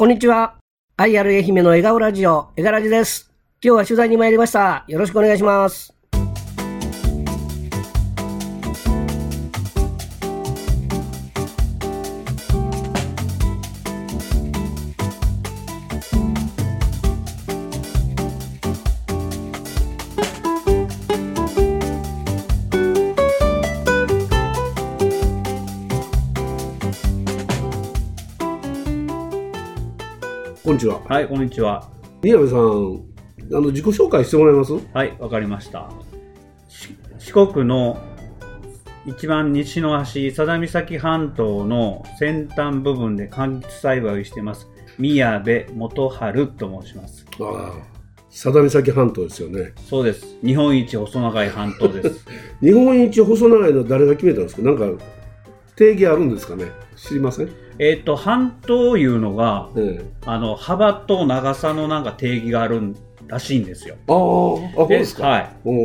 こんにちは。IR 愛媛の笑顔ラジオ、笑顔ラジです。今日は取材に参りました。よろしくお願いします。 こんにちは。 はい、こんにちは。 宮部さん、自己紹介してもらえます？ はい、わかりました。四国の一番西の端、佐田岬半島の先端部分で柑橘栽培をしています宮部元春と申します。 ああ、佐田岬半島ですよね。 そうです。日本一細長い半島です。 日本一細長いの誰が決めたんですか？なんか定義あるんですかね？知りません？ 半島いうのが、幅と長さのなんか定義があるらしいんですよ。 そうですか。 はい。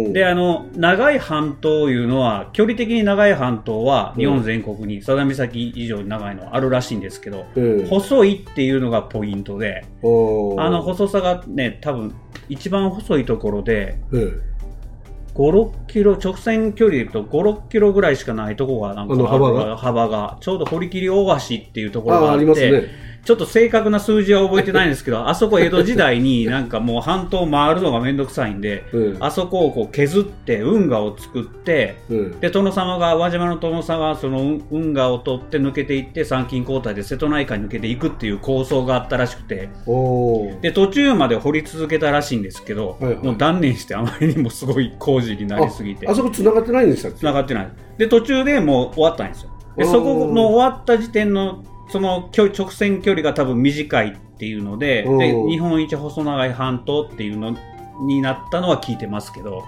で、長い半島いうのは、距離的に長い半島は日本全国に佐田岬以上に長いのあるらしいんですけど、細いっていうのがポイントで、細さがね、多分一番細いところで、5、6キロ、直線距離で言うと5、6キロぐらいしかないところがなんか幅がちょうど堀切大橋っていうところがあって、ちょっと正確な数字は覚えてないんですけど、あそこ江戸時代になんかもう半島回るのがめんどくさいんで、あそこをこう削って運河を作って、で殿様が輪島の殿様がその運河を取って抜けていって参勤交代で瀬戸内海に抜けていくっていう構想があったらしくて、で途中まで掘り続けたらしいんですけど、もう断念してあまりにもすごい工事になりすぎて、 あそこ繋がってないんでしたっけ？ 繋がってない。で途中でもう終わったんですよ。でそこの終わった時点のその直線距離が多分短いっていうので、日本一細長い半島っていうのになったのは聞いてますけど、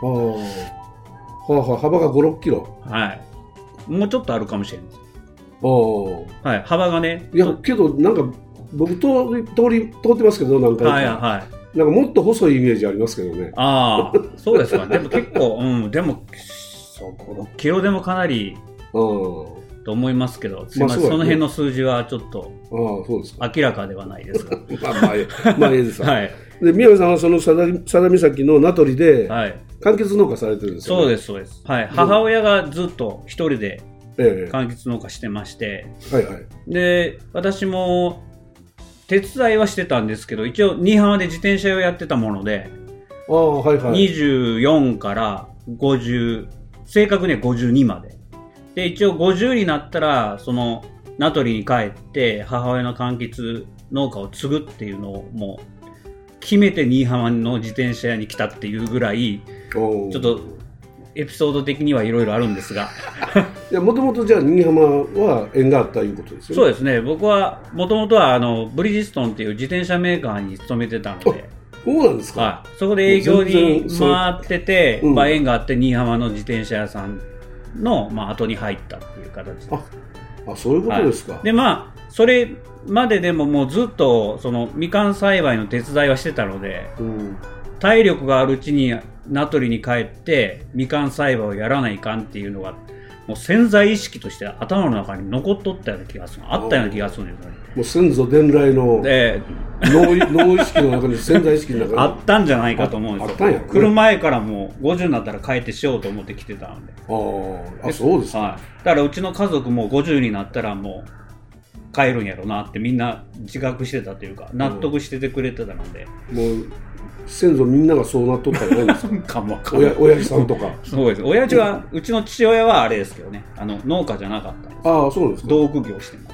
幅が5、6キロ。 はい。もうちょっとあるかもしれないです。はい、幅がね。 いや、けどなんか僕通ってますけど、なんか、なんかもっと細いイメージありますけどね。 ああ、そうですか。でも結構、でもそう5、6キロでもかなり。と思いますけど、すみません、その辺の数字はちょっと明らかではないですが。 まあいいです。 はい。 で、宮部さんはその佐田岬の名取で柑橘農家されてるんですよね。 そうです、そうです。はい。母親がずっと一人で柑橘農家してまして、で、私も手伝いはしてたんですけど、一応新居浜で自転車をやってたもので、24から50、正確には52まで。で一応50になったらその名取に帰って母親の柑橘農家を継ぐっていうのをもう決めて新居浜の自転車屋に来たっていうぐらいちょっとエピソード的にはいろいろあるんですがもともとじゃあ新居浜は縁があったということですよね。 そうですね。僕はもともとはブリヂストンっていう自転車メーカーに勤めてたので。 そうなんですか。 はい、そこで営業に回ってて、縁があって新居浜の自転車屋さんの、後に入ったっていう形です。 そういうことですか。 はい、でそれまででももうずっとそのみかん栽培の手伝いはしてたので、体力があるうちに名取に帰ってみかん栽培をやらないかんっていうのがもう潜在意識として頭の中に残っとったような気がする、あったような気がするんですよね。 もう先祖伝来の脳意識の中に潜在意識の中にあったんじゃないかと思うんですよ。来る前からもう50になったら帰ってしようと思って来てたので。 そうですか。 はい。だからうちの家族も50になったらもう帰るんやろうなってみんな自覚してたというか納得しててくれてたので、 もう先祖みんながそうなっとったんじゃないですか。親父さんとか。 そうです。親父はうちの父親はあれですけどね、農家じゃなかったんです。 そうですか。 土木業してます。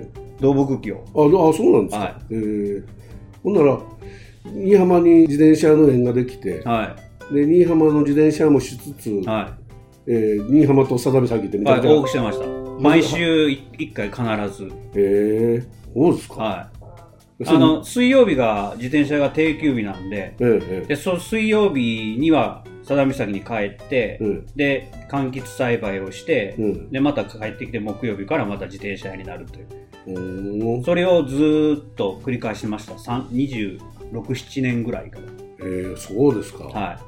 土木業。 そうなんですか。ほんなら新居浜に自転車の縁ができて、で新居浜の自転車もしつつ、新居浜と佐田岬ってめちゃくちゃ往復してました。毎週1回必ず。 そうですか。 はい。水曜日が自転車が定休日なんで、でその水曜日には佐田岬に帰って、で柑橘栽培をして、でまた帰ってきて木曜日からまた自転車屋になるという、それをずっと繰り返しました。26、7年ぐらいから。 そうですか。 はい。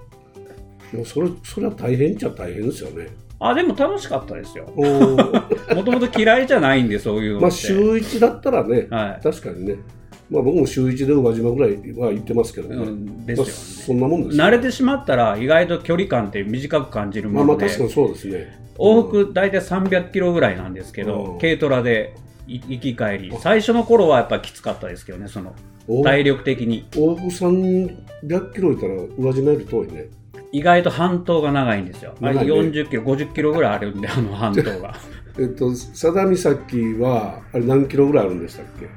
もうそれは大変っちゃ大変ですよね。 でも楽しかったですよ。もともと嫌いじゃないんで、そういうのって。 週1だったらね、確かにね。 まあ、僕も週1で宇和島ぐらいは行ってますけどね。 ですよね。 そんなもんですよ。 慣れてしまったら意外と距離感って短く感じるもので、 まあ確かにそうですね。 往復大体300キロぐらいなんですけど、軽トラで行き帰り、最初の頃はやっぱりきつかったですけどね、その体力的に。 往復300キロいたら宇和島より遠いね。 意外と半島が長いんですよ。あれ40キロ、50キロぐらいあるんで、半島が。 佐田岬はあれ何キロぐらいあるんでしたっけ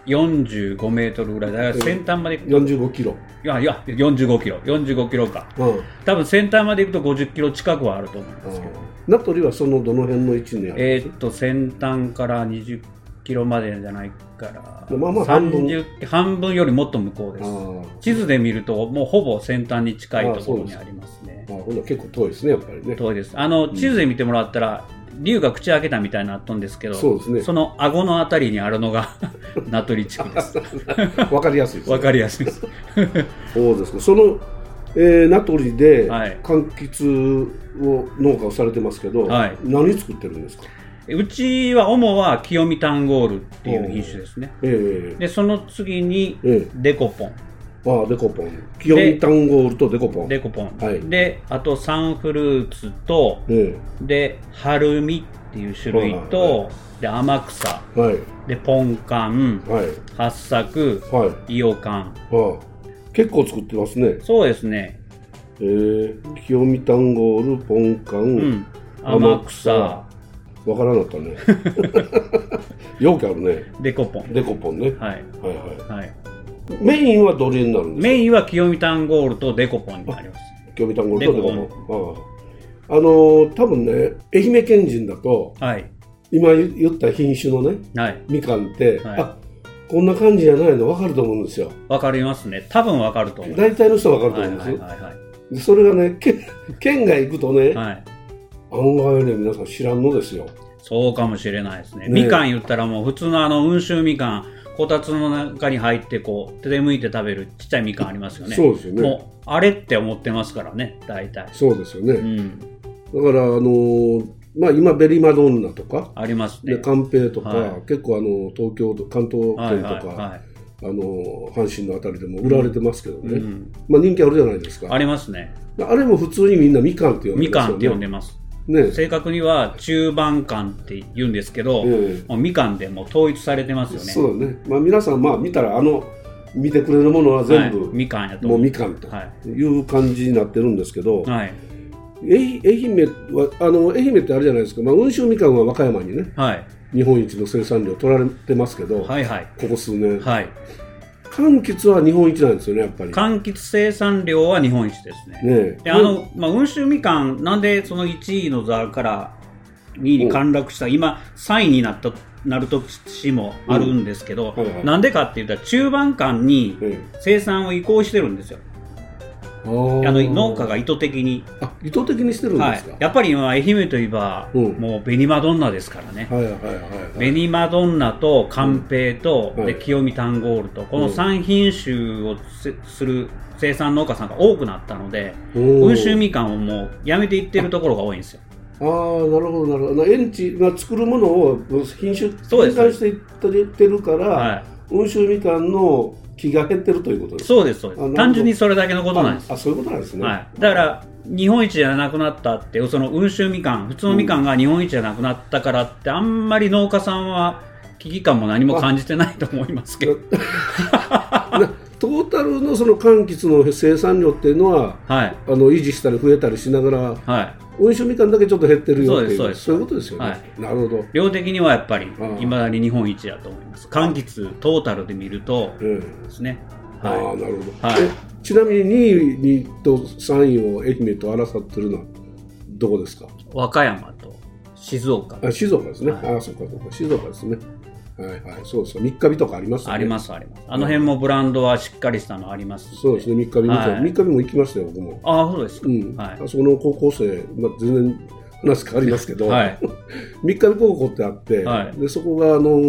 ？45メートルぐらいだから先端まで行くと 45キロ。 いや45キロか、多分先端まで行くと50キロ近くはあると思うんですけど、 名取はそのどの辺の位置にあるんですか？ 先端から20キロまでじゃないから、 まあまあ半分よりもっと向こうです。地図で見るともうほぼ先端に近いところにありますね。 結構遠いですね、やっぱりね。遠いです。地図で見てもらったら竜が口開けたみたいになっとんですけど、 そうですね、 その顎のあたりにあるのが名取地区です。 わかりやすいです、ね。 わかりやすいです。 そうですか。その、名取で柑橘を農家をされてますけど、何作ってるんですか？ うちは主は清見タンゴールっていう品種ですね。でその次にデコポン。 デコポン。清見タンゴールとデコポン。 デコポン。で、あとサンフルーツと、で、春見っていう種類と、で、天草、で、ポンカン、八作、伊予カン。 結構作ってますね。 そうですね。 清見タンゴール、ポンカン、 天草。 わからなかったね。よくあるね。 デコポン。 デコポンね。 はい。 メインはどれになるんですか？ メインは清見タンゴールとデコポンになります。 清見タンゴールとデコポン。多分ね、愛媛県人だと、今言った品種のね、みかんって、こんな感じじゃないの分かると思うんですよ。 分かりますね。多分分かると思う。 大体の人は分かると思うんですよ。それがね、県外行くとね、案外ね、皆さん知らんのですよ。 そうかもしれないですね。みかん言ったらもう普通の温州みかん、こたつの中に入ってこう手で剥いて食べるちっちゃいみかんありますよね。 そうですよね。 もうあれって思ってますからね、大体。 そうですよね。だから今ベリマドンナとかありますね。 でカンペイとか、結構東京関東圏とか阪神のあたりでも売られてますけどね。人気あるじゃないですか。 ありますね。 あれも普通にみんなみかんって呼んでますよね。 みかんって呼んでます。正確には中盤柑って言うんですけど、みかんでもう統一されてますよね。 そうだね。皆さん見たら見てくれるものは全部、 みかんやともうみかんという感じになってるんですけど、愛媛は愛媛ってあれじゃないですか。温州みかんは和歌山にね、日本一の生産量取られてますけど、ここ数年。柑橘は日本一なんですよね、やっぱり。 柑橘生産量は日本一ですね。で温州みかん、なんでその1位の座から2位に陥落した、今3位になる年もあるんですけど、なんでかって言ったら中盤柑に生産を移行してるんですよ。農家が意図的に。 意図的にしてるんですか？ やっぱり今愛媛といえば、もう紅マドンナですからね。紅マドンナとカンペイと、で清見タンゴールと、この3品種をする生産農家さんが多くなったので、温州みかんをもうやめていってるところが多いんですよ。 なるほどなるほど。園地が作るものを品種転換していってるから、温州みかんの木が減ってるということですか？そうですそうです。 単純にそれだけのことなんです。 そういうことなんですね。 だから日本一じゃなくなったって、その温州みかん、普通のみかんが日本一じゃなくなったからって、あんまり農家さんは危機感も何も感じてないと思いますけど。 トータルのその柑橘の生産量っていうのは、維持したり増えたりしながら、温州みかんだけちょっと減ってるよっていう、そういうことですよね。なるほど。 量的にはやっぱりいまだに日本一だと思います。柑橘トータルで見るとですね。 なるほど。ちなみに2位と3位を愛媛と争ってるのはどこですか？ 和歌山と静岡。 静岡ですね。そうか静岡ですね。そうです。三日日とかありますよね。 あります。あの辺もブランドはしっかりしたのあります。 そうですね。三日日も行きましたよ、僕も。 そうですか。 あそこの高校生、全然話変わりますけど、三日日高校ってあって、でそこが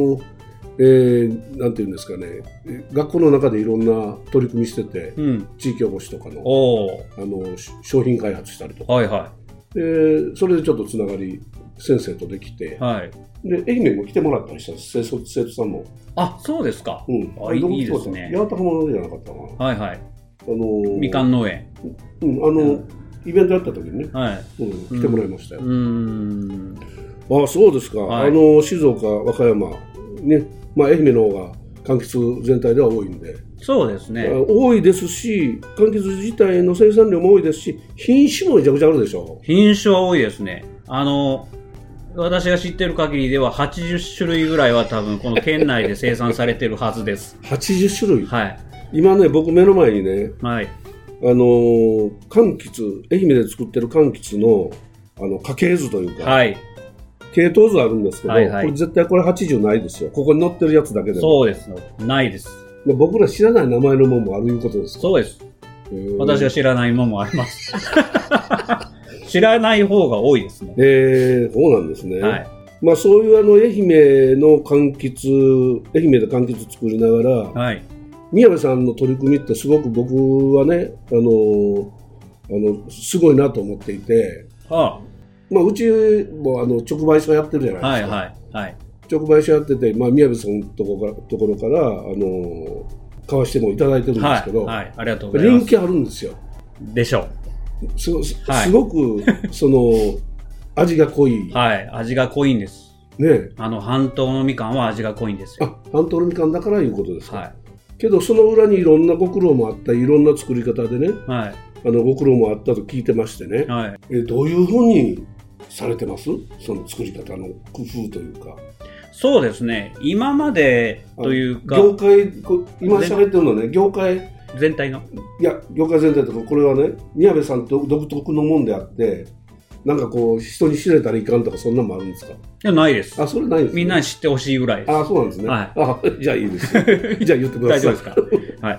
なんていうんですかね、学校の中でいろんな取り組みしてて、地域おこしとかの商品開発したりとか、それでちょっとつながり先生とできて、 で愛媛も来てもらったりしたんです、生徒さんも。 あ、そうですか。 うん、あれどこ来てましたね。八幡浜のじゃなかったかな。 はいはい。みかん農園。 うん、イベントやった時にね、はい、来てもらいましたよ。あ、そうですか。はい、静岡、和歌山ね、愛媛の方が柑橘全体では多いんで。 そうですね。 多いですし、柑橘自体の生産量も多いですし、品種もめちゃくちゃあるでしょ。 品種は多いですね。私が知ってる限りでは80種類ぐらいは多分この県内で生産されてるはずです。 80種類。 はい。 今ね、僕目の前にね、 はい。 柑橘、愛媛で作ってる柑橘の家系図というか、はい、系統図あるんですけど、はいはい、これ絶対これ80ないですよ。ここに載ってるやつだけでも。 そうですよ。ないです。 僕ら知らない名前のものもあるいうことですか。 そうです。私が知らないものもあります。知らない方が多いですね。 そうなんですね。はい。そういう愛媛の柑橘、愛媛で柑橘作りながら、はい、宮部さんの取り組みってすごく僕はね、すごいなと思っていて、はあ、うちも直売所やってるじゃないですか。はいはいはい。直売所やってて、宮部さんのところから買わしてもいただいてるんですけど、はいはい、ありがとうございます。人気あるんですよ。 でしょう。 すごく味が濃い。 はい、味が濃いんです。ね、半島のみかんは味が濃いんですよ。 半島のみかんだからいうことですか。はい。けどその裏にいろんなご苦労もあった、いろんな作り方でね、はい、ご苦労もあったと聞いてましてね、はい、どういうふうにされてます？その作り方の工夫というか。 そうですね、今までというか、 業界、今喋ってるのね、業界全体の、 いや、業界全体とか、これはね、宮部さんと独特のもんであって、なんかこう人に知れたらいかんとか、そんなのもあるんですか？いや、ないです。 あ、それないんですね。 みんなに知ってほしいぐらいです。 あ、そうなんですね。はい。じゃあいいです。じゃあ言ってください。 大丈夫ですか？はい。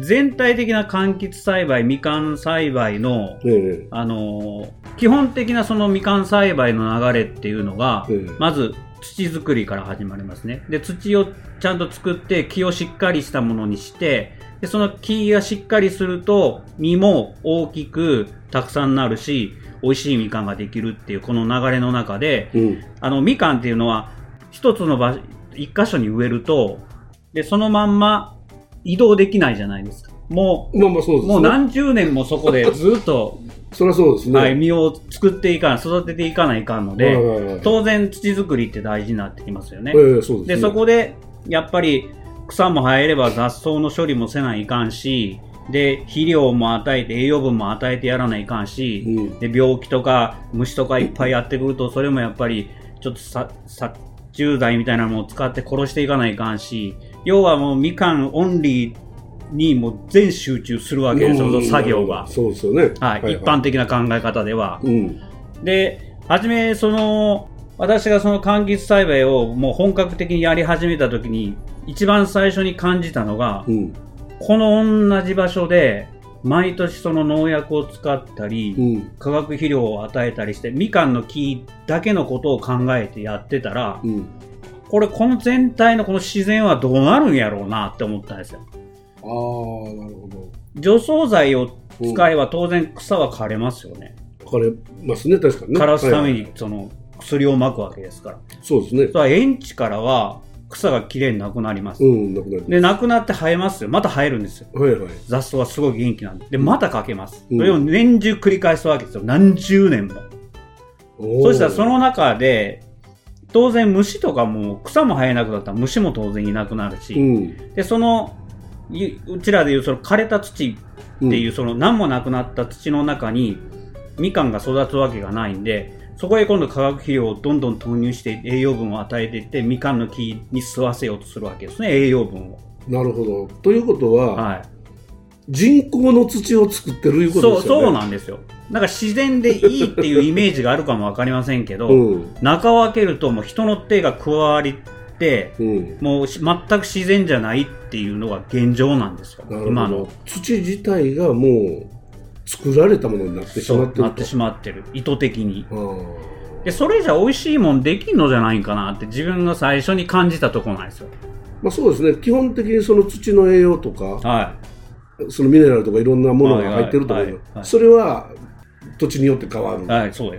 全体的な柑橘栽培、みかん栽培の、基本的なそのみかん栽培の流れっていうのが、まず土作りから始まりますね。で、土をちゃんと作って、木をしっかりしたものにして、でその木がしっかりすると、実も大きくたくさんなるし、美味しいみかんができるっていうこの流れの中で、みかんっていうのは一つの一箇所に植えると、でそのまんま移動できないじゃないですか。もう、そうですね、もう何十年もそこでずっとそりゃそうですね。 はい、実を作っていかない、育てていかないかんので、当然土作りって大事になってきますよね。そうですね。でそこでやっぱり草も生えれば雑草の処理もせないかんし、で肥料も与えて栄養分も与えてやらないかんし、で病気とか虫とかいっぱいやってくると、それもやっぱりちょっと殺虫剤みたいなのを使って殺していかないかんし、要はもうみかんオンリーにもう全集中するわけですよ、作業が。 そうですよね。 はい、一般的な考え方では。で、はじめ私がその柑橘栽培をもう本格的にやり始めた時に一番最初に感じたのが、この同じ場所で毎年その農薬を使ったり、化学肥料を与えたりしてみかんの木だけのことを考えてやってたら、この全体のこの自然はどうなるんやろうなって思ったんですよ。 なるほど。 除草剤を使えば当然草は枯れますよね。 枯れますね、確かにね。 枯らすためにその薬をまくわけですから。 そうですね。 それは園地からは草がきれいになくなります。なくなります。で、なくなって生えますよ。また生えるんですよ。はいはい。雑草はすごい元気なんで。で、またかけます。それを年中繰り返すわけですよ。何十年も。そしたらその中で、当然虫とかも草も生えなくなったら虫も当然いなくなるし、で、うちらでいうその枯れた土っていうその何もなくなった土の中にみかんが育つわけがないんで、そこへ今度化学肥料をどんどん投入して栄養分を与えていってみかんの木に吸わせようとするわけですね、栄養分を。 なるほど。ということは、人工の土を作ってるいうことですよね。 そうなんですよ。だから自然でいいっていうイメージがあるかもわかりませんけど、中を開けるともう人の手が加わりもう全く自然じゃないっていうのが現状なんですよ。今の土自体がもう作られたものになってしまってると。 なってしまってる、意図的に。でそれじゃ美味しいもんできんのじゃないかなって自分が最初に感じたところなんですよ。 そうですね。基本的にその土の栄養とか、そのミネラルとかいろんなものが入ってると思う。それは土地によって変わる。 そうです。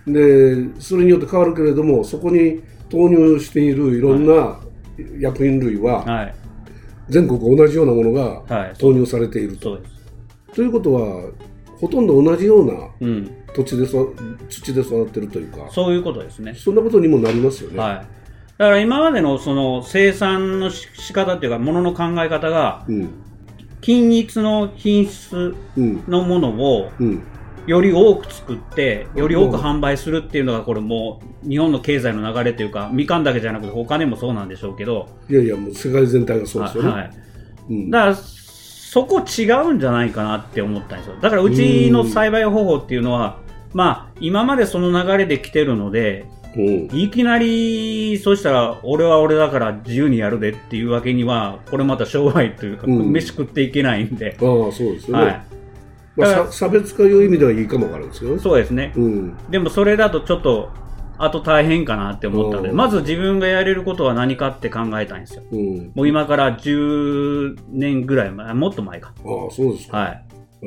でそれによって変わるけれども、そこに投入しているいろんな薬品類は、全国同じようなものが投入されていると、ということはほとんど同じような土地で土で育ってるというか、 そういうことですね。 そんなことにもなりますよね。 だから今までのその生産の仕方っていうか、ものの考え方が、均一の品質のものをより多く作ってより多く販売するっていうのが、これもう日本の経済の流れというか、みかんだけじゃなくて他でもそうなんでしょうけど、 いやいや、もう世界全体がそうですよね。 だからそこ違うんじゃないかなって思ったんですよ。だからうちの栽培方法っていうのは、今までその流れで来てるので、いきなりそうしたら俺は俺だから自由にやるでっていうわけには、これまた商売というか、飯食っていけないんで。 そうですよね。差別化いう意味ではいいかもわかるんですけどね。 そうですね。でもそれだとちょっとあと大変かなって思ったので、まず自分がやれることは何かって考えたんですよ。もう今から10年ぐらい前、もっと前か。 そうですか。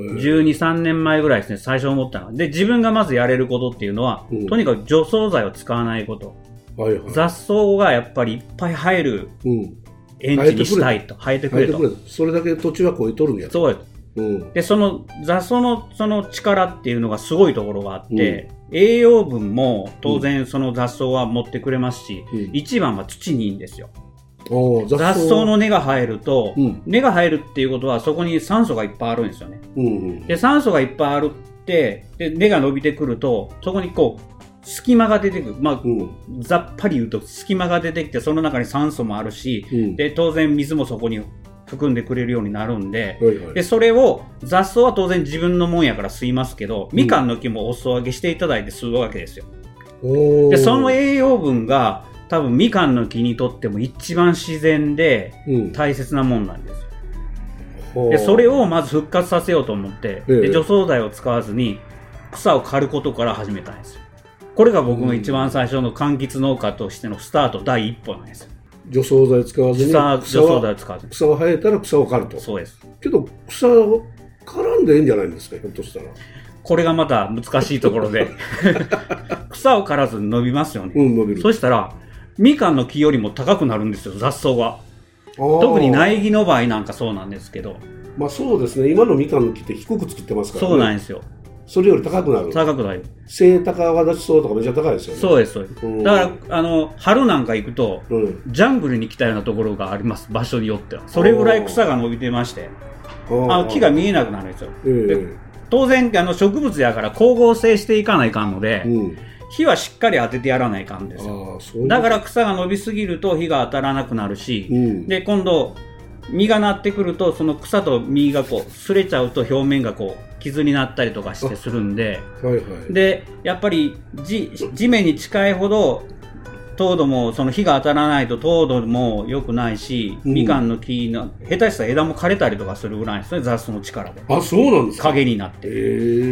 12、3年前ぐらいですね、最初思ったのは。で、自分がまずやれることっていうのは、とにかく除草剤を使わないこと。雑草がやっぱりいっぱい生える園地にしたいと。生えてくれと。 それだけ土地はこいとるんやと。 そうです。で、その雑草のその力っていうのがすごいところがあって、栄養分も当然その雑草は持ってくれますし、一番は土にいいんですよ。雑草の根が生えると、根が生えるっていうことはそこに酸素がいっぱいあるんですよね。で、酸素がいっぱいあるって、で根が伸びてくると、そこにこう隙間が出てくる。ざっぱり言うと隙間が出てきて、その中に酸素もあるし、で当然水もそこに含んでくれるようになるんで、でそれを雑草は当然自分のもんやから吸いますけど、みかんの木もお裾分けしていただいて吸うわけですよ。でその栄養分が多分みかんの木にとっても一番自然で大切なもんなんですよ。でそれをまず復活させようと思って、で除草剤を使わずに草を刈ることから始めたんですよ。これが僕の一番最初の柑橘農家としてのスタート第一歩なんですよ。 除草剤使わずに草が生えたら草を刈ると。 そうです。 けど草を刈らんでいいんじゃないんですか、ひょっとしたら。 これがまた難しいところで草を刈らずに伸びますよね。 伸びる。 そしたらみかんの木よりも高くなるんですよ、雑草が。特に苗木の場合なんかそうなんですけど。 そうですね。今のみかんの木って低く作ってますからね。 そうなんですよ。 それより高くなる。 高くなる。 セイタカアワダチソウとかめちゃ高いですよね。 そうです、そうです。だから春なんか行くと、ジャングルに来たようなところがあります、場所によっては。それぐらい草が伸びてまして、木が見えなくなるんですよ。当然植物やから光合成していかないかんので、火はしっかり当ててやらないかんですよ。だから草が伸びすぎると火が当たらなくなるし、で今度実がなってくると、その草と実がこう擦れちゃうと表面がこう傷になったりとかしてするんで、でやっぱり地面に近いほど糖度も、その火が当たらないと糖度も良くないし、みかんの木の下手したら枝も枯れたりとかするぐらいですね、雑草の力で。 そうなんですか。 影になって。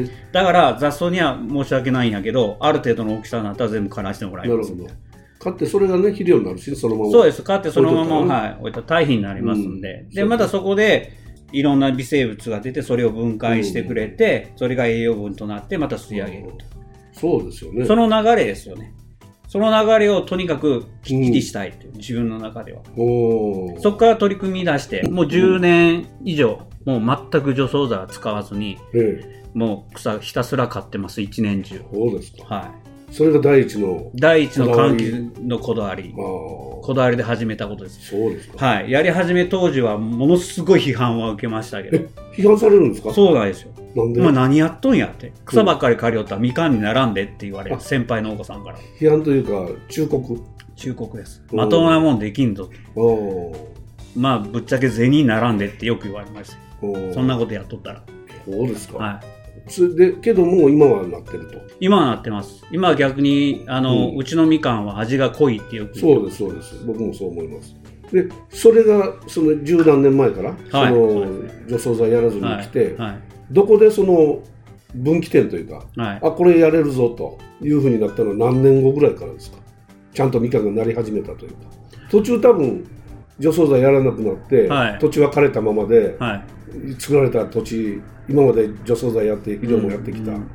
だから雑草には申し訳ないんやけど、ある程度の大きさになったら全部枯らしてもらいます。 なるほど。買ってそれがね、肥料になるし、そのまま。 そうです。買ってそのまま、置いたら堆肥になりますんで。で、またそこでいろんな微生物が出て、それを分解してくれて、それが栄養分となってまた吸い上げると。 そうですよね。 その流れですよね。その流れをとにかくきっちりしたいという、自分の中では。そこから取り組み出して、もう10年以上、もう全く除草剤は使わずに、もう草ひたすら刈ってます、一年中。 そうですか。 はい。 それが第一の柑橘のこだわり。こだわりで始めたことです。 そうですか。 はい。やり始め当時はものすごい批判は受けましたけど。 批判されるんですか？ そうなんですよ。 なんで？ 何やっとんやって。草ばっかり刈りよったらみかんにならんでって言われる。先輩のお子さんから。 批判というか、忠告です。まともなもんできんぞと。ぶっちゃけ銭にならんでってよく言われました。そんなことやっとったら。 そうですか。 はい。 けども今はなってると。 今はなってます。今は逆にうちのみかんは味が濃いってよく言ってます。そうです。僕もそう思います。でそれがその十何年前から、除草剤やらずに来て、どこでその分岐点というか、これやれるぞというふうになったのは何年後ぐらいからですか？ちゃんとみかんがなり始めたというか。途中多分除草剤やらなくなって、土地は枯れたままで、作られた土地、今まで除草剤やって肥料もやってきた、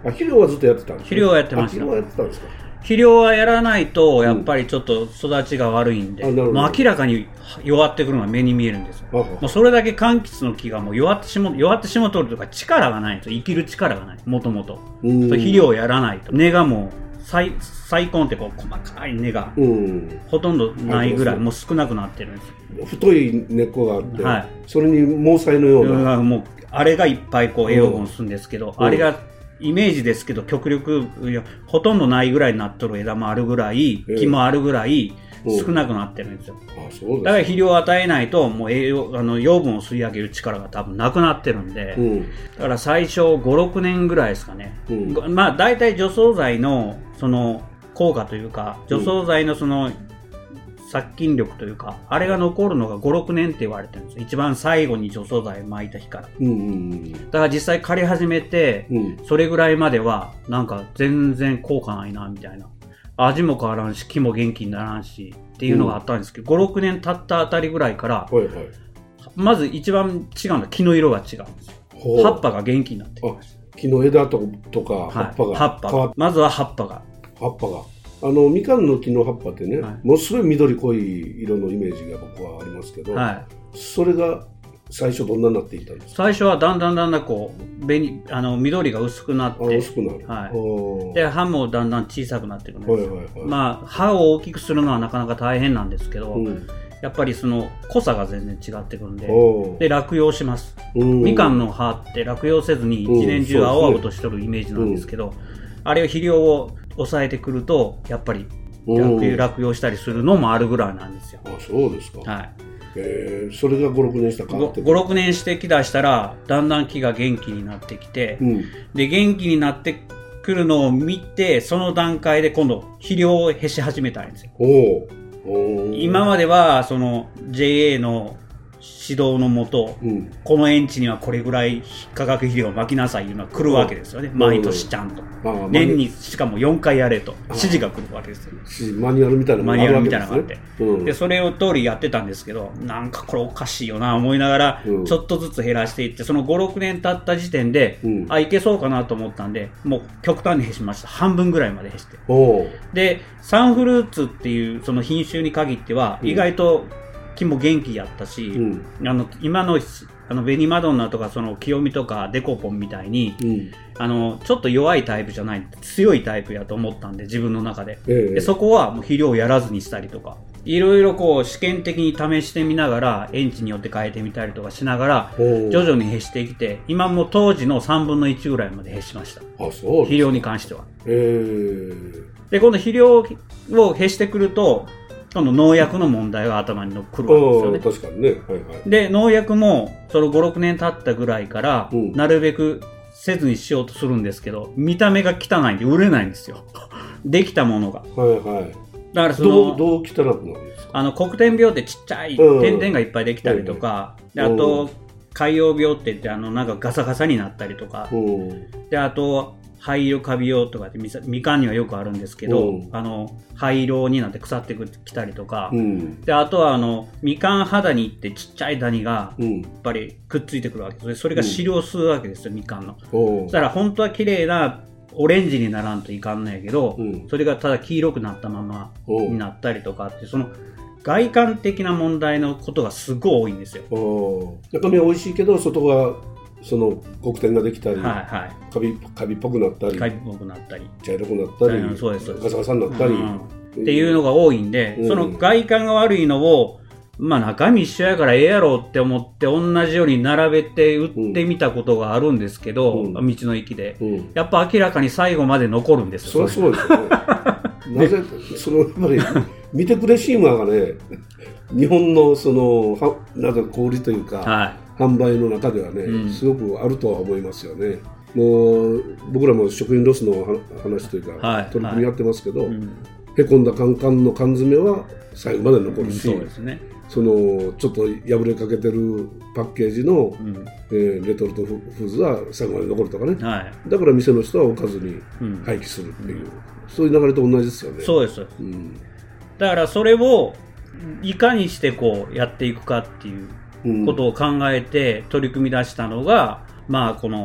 肥料はずっとやってたんですか？ 肥料はやってました。 肥料はやってたんですか？ 肥料はやらないとやっぱりちょっと育ちが悪いんで、もう明らかに弱ってくるのが目に見えるんですよ。もうそれだけ柑橘の木がもう弱ってしもとるとか力がないと、生きる力がない、もともと肥料をやらないと根がもう細根ってこう細かい根がほとんどないぐらいもう少なくなってるんですよ。 太い根っこがあって、はい、それに毛細のような、 もうあれがいっぱいこう栄養分を吸うんですけど、あれがイメージですけど極力ほとんどないぐらいになっとる枝もあるぐらい、木もあるぐらい少なくなってるんですよ。だから肥料を与えないともう養分を吸い上げる力が多分なくなってるんで、だから最初 5,6 年ぐらいですかね、まあ大体除草剤のその効果というか除草剤のその殺菌力というかあれが残るのが 5,6 年って言われてるんですよ。一番最後に除草剤を撒いた日から、だから実際刈り始めて、それぐらいまではなんか全然効果ないなみたいな、味も変わらんし木も元気にならんしっていうのがあったんですけど、5,6 年経ったあたりぐらいから、まず一番違うのは木の色が違うんですよ。葉っぱが元気になってきます。 木の枝とか葉っぱが、 葉っぱまずは葉っぱがみかんの木の葉っぱってね、ものすごい緑濃い色のイメージが僕はありますけど、それが最初どんなになっていったんですか？ 最初はだんだんこう緑が薄くなって、 薄くなる、 で葉もだんだん小さくなっていくんですよ。まあ葉を大きくするのはなかなか大変なんですけど、やっぱりその濃さが全然違ってくるんで、で落葉します。みかんの葉って落葉せずに一年中青々としてるイメージなんですけど、あれを肥料を抑えてくるとやっぱり落葉したりするのもあるぐらいなんですよ。 そうですか。それが 5,6 年したかって 5,6 年してきだしたらだんだん木が元気になってきて、で元気になってくるのを見てその段階で今度肥料をへし始めたんですよ。今まではその JA の指導のもと、この園地にはこれぐらい化学肥料をまきなさいいうのは来るわけですよね。毎年ちゃんと年にしかも4回やれと指示が来るわけですよ。 マニュアルみたいなのがあって、 でそれを通りやってたんですけど、なんかこれおかしいよな思いながらちょっとずつ減らしていって、その 5,6 年経った時点で、いけそうかなと思ったんでもう極端に減しました。半分ぐらいまで減して、でサンフルーツっていうその品種に限っては意外と木も元気やったし、今の紅マドンナとかその清見とかデコポンみたいに、ちょっと弱いタイプじゃない強いタイプやと思ったんで自分の中で、でそこはもう肥料をやらずにしたりとかいろいろこう試験的に試してみながら園地によって変えてみたりとかしながら徐々に減してきて、今も当時の3分の1ぐらいまで減しました。肥料に関しては。で今度肥料を減してくると今度農薬の問題が頭に来るわけですよね。 確かにね。 で農薬もその 5,6 年経ったぐらいから、なるべくせずにしようとするんですけど見た目が汚いんで売れないんですよできたものが。だからそのどう汚くなるんですか？ 黒点病ってちっちゃい点々がいっぱいできたりとか、であと海洋病って言ってなんかガサガサになったりとか、であと灰色カビ病とかってみかんにはよくあるんですけど、灰色になって腐ってきたりとか、であとはみかん肌に行ってちっちゃいダニがやっぱりくっついてくるわけです。それが汁を吸うわけですよ、みかんの。そしたら本当は綺麗なオレンジにならんといかんないけど、それがただ黄色くなったままになったりとかって、その外観的な問題のことがすごい多いんですよ。 中身は美味しいけど外がその黒点ができたり、カビっぽくなったり、茶色くなったり、ガサガサになったり、 っていうのが多いんで、その外観が悪いのを中身一緒やからええやろって思って同じように並べて売ってみたことがあるんですけど、道の駅で、やっぱ明らかに最後まで残るんですよ。 そりゃそうですよねなぜそのやっぱり見てくれシーマーがね日本のそのなんか小売りというか、販売の中ではね、すごくあるとは思いますよね。もう僕らも食品ロスの話というか、取り組みやってますけど、へこんだカンカンの缶詰は最後まで残るし、そのちょっと破れかけてるパッケージの、レトルトフーズは最後まで残るとかね、だから店の人は置かずに廃棄するっていう、そういう流れと同じですよね。 そうです、だからそれをいかにしてこうやっていくかっていうことを考えて取り組み出したのが、この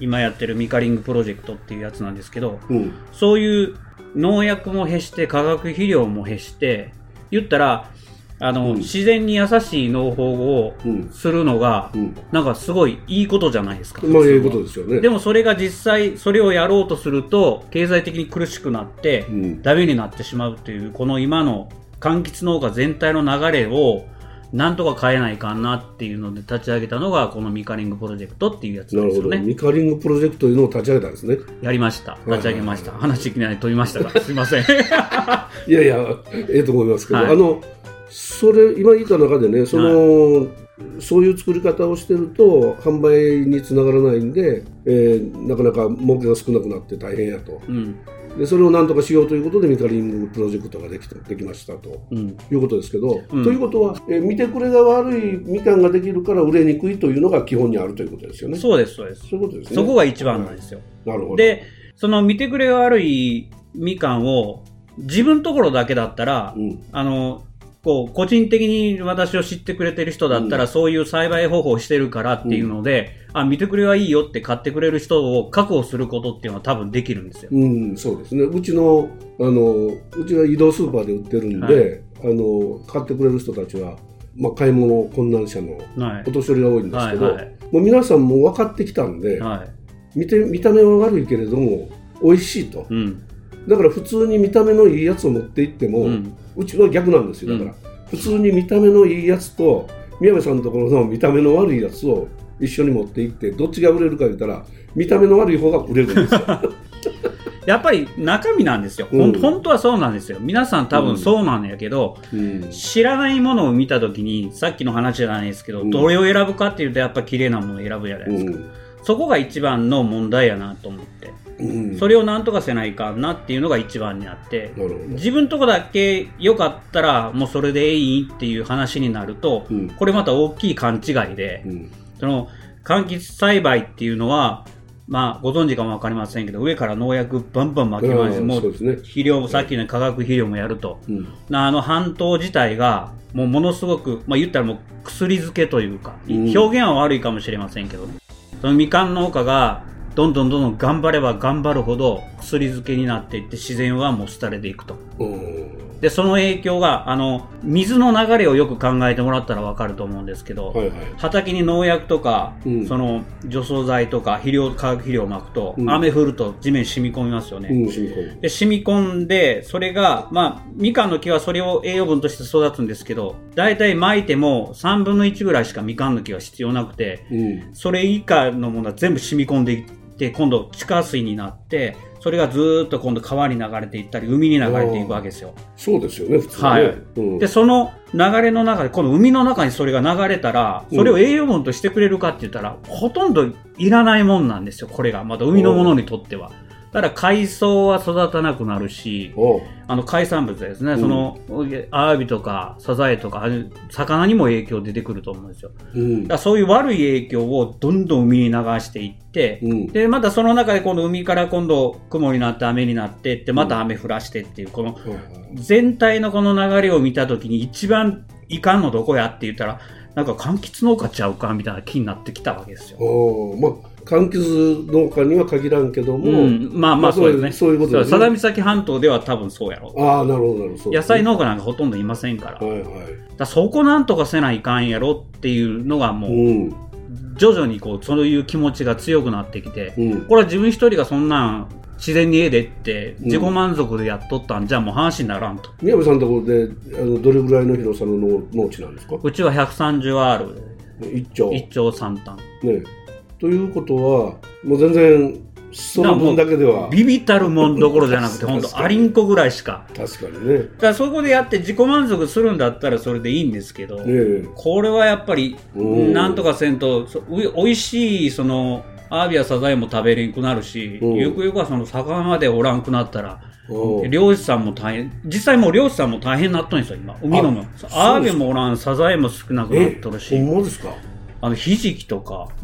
今やってるミカリングプロジェクトっていうやつなんですけど、そういう農薬も減して化学肥料も減して言ったら自然に優しい農法をするのが、なんかすごいいいことじゃないですか。 まあいいことですよね。 でもそれが実際それをやろうとすると経済的に苦しくなって、ダメになってしまうというこの今の柑橘農家全体の流れをなんとか変えないかなっていうので立ち上げたのがこのミカリングプロジェクトっていうやつなんですよね。 なるほど。ミカリングプロジェクトというのを立ち上げたんですね。 やりました。立ち上げました。話いきなり飛びましたがすいません。 いやいや、と思いますけど、それ今言った中でね、そういう作り方をしてると販売につながらないんで、なかなか儲けが少なくなって大変やと、でそれをなんとかしようということでミカリングプロジェクトができましたと、いうことですけど、ということは、見てくれが悪いみかんができるから売れにくいというのが基本にあるということですよね。 そうですそうです。 そういうことですね。 そこが一番なんですよ。 なるほど。 でその見てくれが悪いみかんを自分のところだけだったら、個人的に私を知ってくれてる人だったら、そういう栽培方法をしてるからっていうので、見てくれはいいよって買ってくれる人を確保することっていうのは多分できるんですよ。 そうですね。うちは移動スーパーで売ってるんで、買ってくれる人たちは、買い物困難者のお年寄りが多いんですけど、もう皆さんも分かってきたんで、見た目は悪いけれども美味しいと。だから普通に見た目のいいやつを持っていっても、うちは逆なんですよ。だから普通に見た目のいいやつと宮部さんのところの見た目の悪いやつを一緒に持っていってどっちが売れるか言ったら見た目の悪い方が売れるんですよ。 やっぱり中身なんですよ。本当はそうなんですよ。皆さん多分そうなんやけど、知らないものを見た時にさっきの話じゃないですけど、どれを選ぶかっていうとやっぱ綺麗なものを選ぶじゃないですか。そこが一番の問題やなと思って、それをなんとかせないかなっていうのが一番にあって、自分とこだけ良かったらもうそれでいいっていう話になると、これまた大きい勘違いで、その柑橘栽培っていうのはご存知かも分かりませんけど、上から農薬バンバン撒きまして、もう肥料、さっきの化学肥料もやると、半島自体がものすごく、言ったらもう薬漬けというか、表現は悪いかもしれませんけど、そのみかん農家がどんどん頑張れば頑張るほど薬漬けになっていって自然はもう廃れていくと。でその影響が水の流れをよく考えてもらったら分かると思うんですけど、畑に農薬とか、その除草剤とか化学肥料をまくと、雨降ると地面染み込みますよね。で染み込んでそれがみかんの木はそれを栄養分として育つんですけど、だいたいまいても3分の1ぐらいしかみかんの木は必要なくて、それ以下のものは全部染み込んでいって今度地下水になって、それがずーっと今度川に流れていったり海に流れていくわけですよ。 そうですよね、普通ね。 でその流れの中で今度海の中にそれが流れたら、それを栄養分としてくれるかって言ったら、ほとんどいらないもんなんですよ。これがまた海のものにとっては。だから海藻は育たなくなるし、海産物ですね、そのアワビとかサザエとか魚にも影響出てくると思うんですよ。だからそういう悪い影響をどんどん海に流していって、でまたその中で今度海から今度雲になって雨になってってまた雨降らしてっていう、この全体のこの流れを見た時に一番いかんのどこやって言ったら、なんか柑橘農家ちゃうかみたいな気になってきたわけですよ。 柑橘農家には限らんけども、 そうですね。 そういうことですね。 佐田岬半島では多分そうやろ。 なるほどなるほど。 野菜農家なんかほとんどいませんから。だそこなんとかせないかんやろっていうのがもう、徐々にそういう気持ちが強くなってきて、これは自分一人がそんなん自然にでって自己満足でやっとったんじゃもう話にならんと。 宮部さんのところでどれぐらいの広さの農地なんですか？ うちは 130R 1丁 3単ね。ということはもう全然その分だけではビビたるもんどころじゃなくて本当アリンコぐらいしか。 確かにね。 だからそこでやって自己満足するんだったらそれでいいんですけど、これはやっぱりなんとかせんとおいしいそのアワビやサザエも食べれんくなるし、ゆくゆくはその魚までおらんくなったら漁師さんも大変、実際もう漁師さんも大変になっとんですよ今。海のもアワビもおらん、サザエも少なくなっとるし、 ほんまですか？ ひじきとか、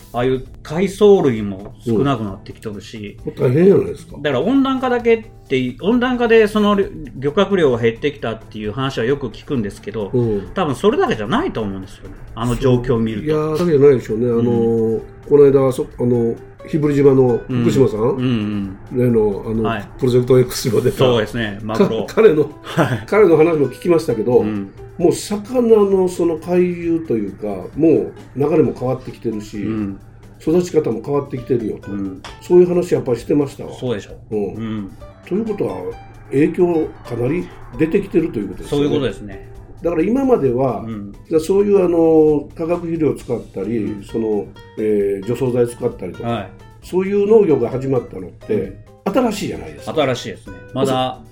ああいう海藻類も少なくなってきてるし、 大変じゃないですか。 だから温暖化でその漁獲量が減ってきたっていう話はよく聞くんですけど、多分それだけじゃないと思うんですよね、あの状況を見ると。 いやだけじゃないでしょうね。この間日振島の福島さん、例のプロジェクト X にも出た、 そうですね、マグロ彼の話も聞きましたけど、もう魚のその回遊というか、もう流れも変わってきてるし、育ち方も変わってきてるよと、そういう話やっぱりしてましたわ。 そうでしょ。 ということは影響かなり出てきてるということですね。 そういうことですね。 だから今までは、そういう化学肥料を使ったり、除草剤使ったりとか、そういう農業が始まったのって、新しいじゃないですか。 新しいですね。まだ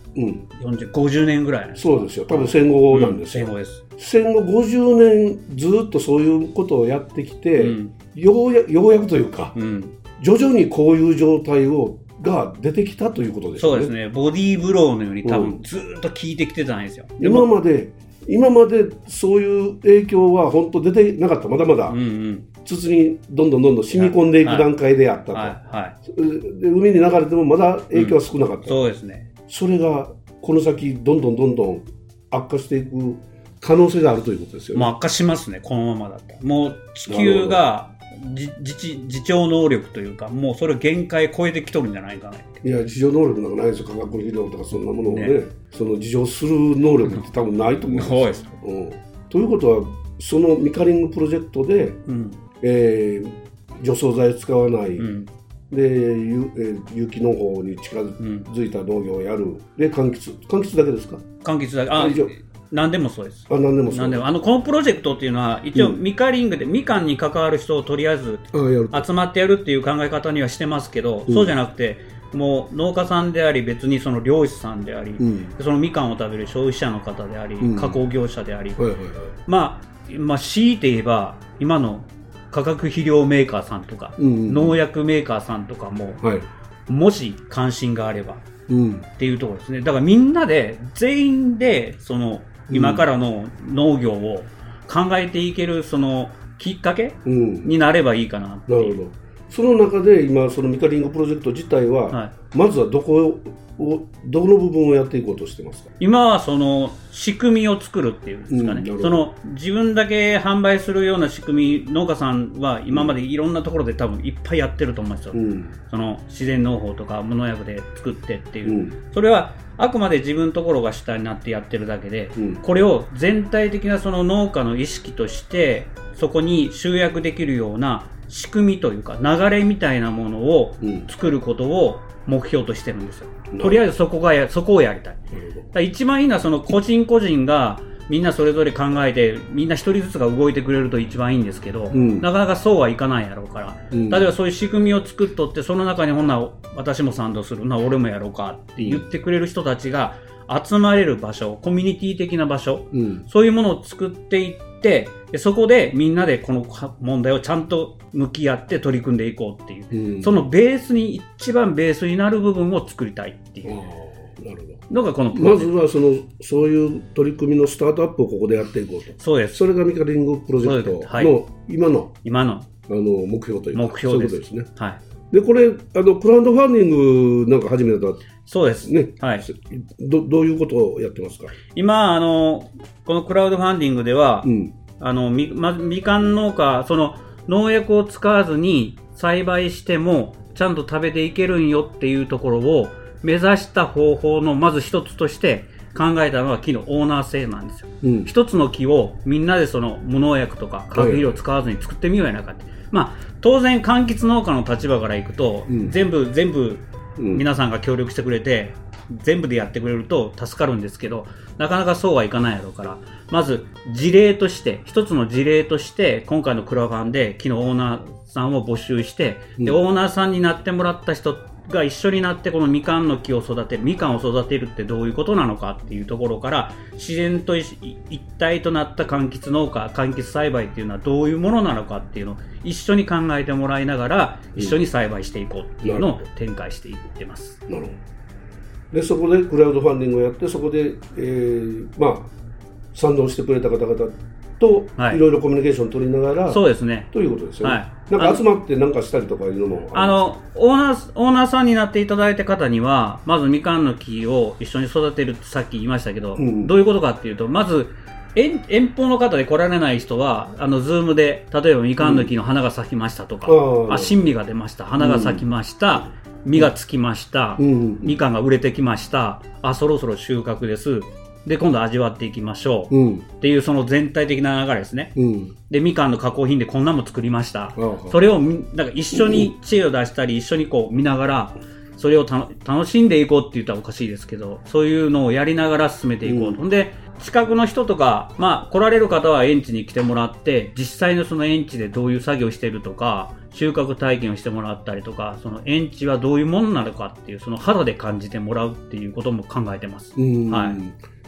50年ぐらい。 そうですよ。多分戦後なんですよ。 戦後です。 戦後50年ずっとそういうことをやってきて、ようやくというか、徐々にこういう状態が出てきたということですよね。 そうですね。ボディーブローのように多分ずっと効いてきてたんですよ。 今までそういう影響は本当出てなかった。まだまだ筒にどんどん染み込んでいく段階であったと。で海に流れてもまだ影響は少なかった。 そうですね。 それがこの先どんどん悪化していく可能性があるということですよね。 悪化しますね、このままだったら。もう地球が自重能力というか、もうそれ限界超えてきとるんじゃないかな。 いや、自重能力なんかないですよ。化学肥料とかそんなものをね、その自重する能力って多分ないと思うんですよ。ということは、そのミカリングプロジェクトで、除草剤を使わない、で有機農法に近づいた農業をやる、で柑橘だけですか？柑橘だけ。 何でもそうです。 何でもそう。 このプロジェクトっていうのは一応ミカリングで、みかんに関わる人をとりあえず集まってやるっていう考え方にはしてますけど、そうじゃなくてもう農家さんであり、別にその漁師さんであり、そのみかんを食べる消費者の方であり、加工業者であり、まあ強いて言えば今の化学肥料メーカーさんとか、農薬メーカーさんとかも、もし関心があればっていうところですね。だからみんなで全員でその今からの農業を考えていけるそのきっかけになればいいかなっていう。 なるほど。その中で今そのミカリングプロジェクト自体は、まずはどの部分をやっていこうとしてますか？ 今はその仕組みを作るっていうんですかね。その自分だけ販売するような仕組み、農家さんは今までいろんなところで多分いっぱいやってると思うんですよ。その自然農法とか無農薬で作ってっていう、それはあくまで自分のところが下になってやってるだけで、これを全体的なその農家の意識としてそこに集約できるような仕組みというか流れみたいなものを作ることを目標としてるんですよ。とりあえずそこをやりたい。だ一番いいのはその個人個人がみんなそれぞれ考えてみんな一人ずつが動いてくれると一番いいんですけど、なかなかそうはいかないやろうから、例えばそういう仕組みを作っとって、その中にほんな私も賛同するな、俺もやろうかって言ってくれる人たちが集まれる場所、コミュニティ的な場所、そういうものを作っていって、そこでみんなでこの問題をちゃんと向き合って取り組んでいこうっていう、そのベースに一番ベースになる部分を作りたいっていう。 なるほど。 のがこのまずはそういう取り組みのスタートアップをここでやっていこうと。 そうです。 それがミカリングプロジェクトの今の目標というか、 目標です。 そういうことですね。 はい。 でこれクラウドファンディングなんか始めた。 そうですね。 はい。 どういうことをやってますか？ 今このクラウドファンディングでは、みかん農家、その農薬を使わずに栽培してもちゃんと食べていけるんよっていうところを目指した方法のまず一つとして考えたのは木のオーナー制なんですよ。一つの木をみんなでその無農薬とか化学肥料を使わずに作ってみようやなかって。当然柑橘農家の立場からいくと、全部皆さんが協力してくれて全部でやってくれると助かるんですけど、なかなかそうはいかないやろうから、まず一つの事例として今回のクラファンで木のオーナーさんを募集して、でオーナーさんになってもらった人が一緒になってこのみかんの木を育てる、みかんを育てるってどういうことなのかっていうところから、自然と一体となった柑橘農家、柑橘栽培っていうのはどういうものなのかっていうのを一緒に考えてもらいながら、一緒に栽培していこうっていうのを展開していってます。 なるほど。でそこでクラウドファンディングをやって、そこで、賛同してくれた方々 といろいろコミュニケーション取りながら、 そうですね、 ということですよね。なんか集まってなんかしたりとかいうのもオーナーさんになっていただいた方には、まずみかんの木を一緒に育てるってさっき言いましたけど、どういうことかっていうと、まず遠方の方で来られない人はズームで例えばみかんの木の花が咲きましたとか、新実が出ました、花が咲きました、実がつきました、みかんが売れてきました、そろそろ収穫です、で今度味わっていきましょう、っていうその全体的な流れですね、でみかんの加工品でこんなも作りました、それをなんか一緒に知恵を出したり、一緒にこう見ながらそれを楽しんでいこうって言ったらおかしいですけど、そういうのをやりながら進めていこうと。で近くの人とか、来られる方は園地に来てもらって、実際のその園地でどういう作業してるとか、収穫体験をしてもらったりとか、その園地はどういうものなのかっていう、その肌で感じてもらうっていうことも考えてます。 はい。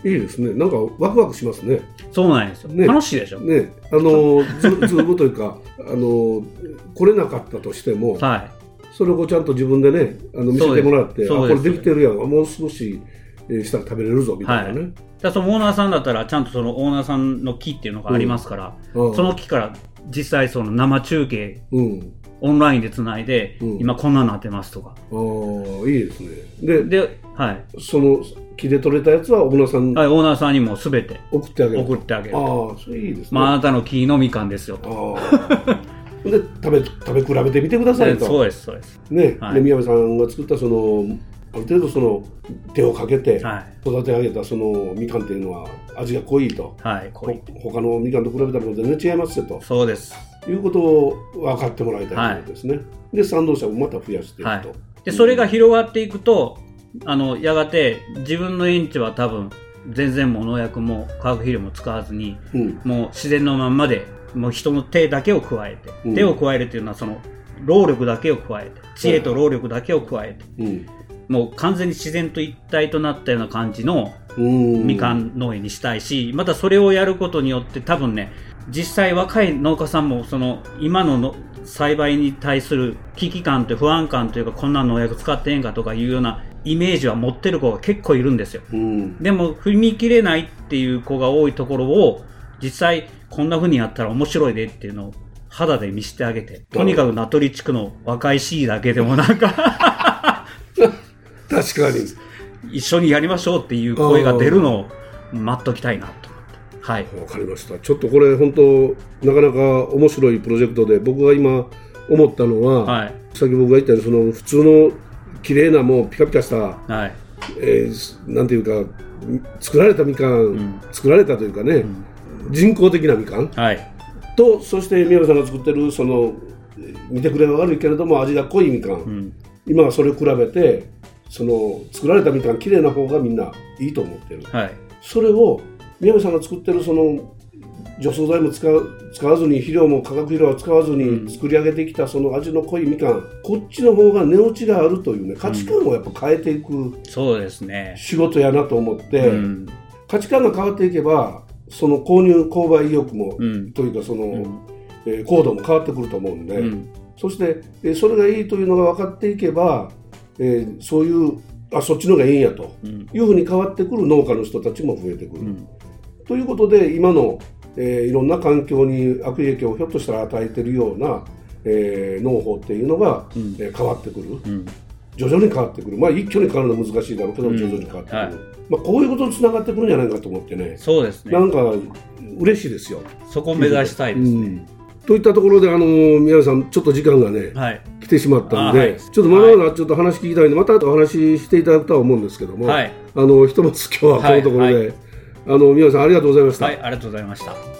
いいですね。なんかワクワクしますね。 そうなんですよ。ね、楽しいでしょ。 ね、ズームというか、来れなかったとしても、はい。それをちゃんと自分でね、見せてもらって、これできてるやん、もう少ししたら食べれるぞみたいなね。 だそのオーナーさんだったらちゃんとそのオーナーさんの木っていうのがありますから、その木から実際その生中継、オンラインでつないで、今こんなになってますとか。 いいですね。で、はい、その木で取れたやつはオーナーさん、 はい、オーナーさんにもすべて送ってあげる。 それいいですね。 あなたの木のみかんですよと。 で食べ比べてみてくださいと。 そうですそうです。 ね、で宮部さんが作ったそのある程度その手をかけて育て上げたそのみかんっていうのは味が濃いと、他のみかんと比べたら全然違いますよと、 そうですいうことを分かってもらいたいということですね。で賛同者をまた増やしていくと、 でそれが広がっていくとやがて自分の園地は多分全然農薬も化学肥料も使わずに、もう自然のまんまでもう人の手だけを加えて、手を加えるというのはその労力だけを加えて、知恵と労力だけを加えて、もう完全に自然と一体となったような感じのみかん農園にしたいし、またそれをやることによって多分ね、実際若い農家さんもその今の栽培に対する危機感という不安感というか、こんな農薬使ってへんかとかいうようなイメージは持ってる子が結構いるんですよ。でも踏み切れないっていう子が多いところを、実際こんな風にやったら面白いでっていうのを肌で見せてあげて、とにかく名取地区の若いシーだけでもなんか確かに一緒にやりましょうっていう声が出るのを待っときたいなと思って。はい、 わかりました。ちょっとこれ本当なかなか面白いプロジェクトで、僕が今思ったのは、さっき僕が言ったようにその普通の綺麗なもうピカピカした、なんていうか作られたみかん、作られたというかね、人工的なみかん、と、そして宮部さんが作ってるその見てくれは悪いけれども味が濃いみかん、今はそれを比べてその作られたみかん綺麗な方がみんないいと思ってる、それを宮部さんが作ってるその除草剤も使わずに、肥料も化学肥料は使わずに作り上げてきたその味の濃いみかん、こっちの方が値落ちがあるというね、価値観をやっぱ変えていく仕事やなと思って、価値観が変わっていけばその購買意欲も、というかその、行動も変わってくると思うんで、そしてそれがいいというのが分かっていけば、そういうそっちの方がいいんやというふうに変わってくる農家の人たちも増えてくる、ということで今の、いろんな環境に悪影響をひょっとしたら与えているような、農法っていうのが、変わってくる、徐々に変わってくる、一挙に変わるのは難しいだろうけど、徐々に変わってくる、こういうことにつながってくるんじゃないかと思ってね。 そうですね。 なんか嬉しいですよ。 そこを目指したいですね。 といったところで宮部さんちょっと時間がね、来てしまったんで、ちょっとまだまだちょっと話聞きたいんで、またお話ししていただくとは思うんですけども、ひとまず今日はこのところで、宮部さんありがとうございました。 ありがとうございました。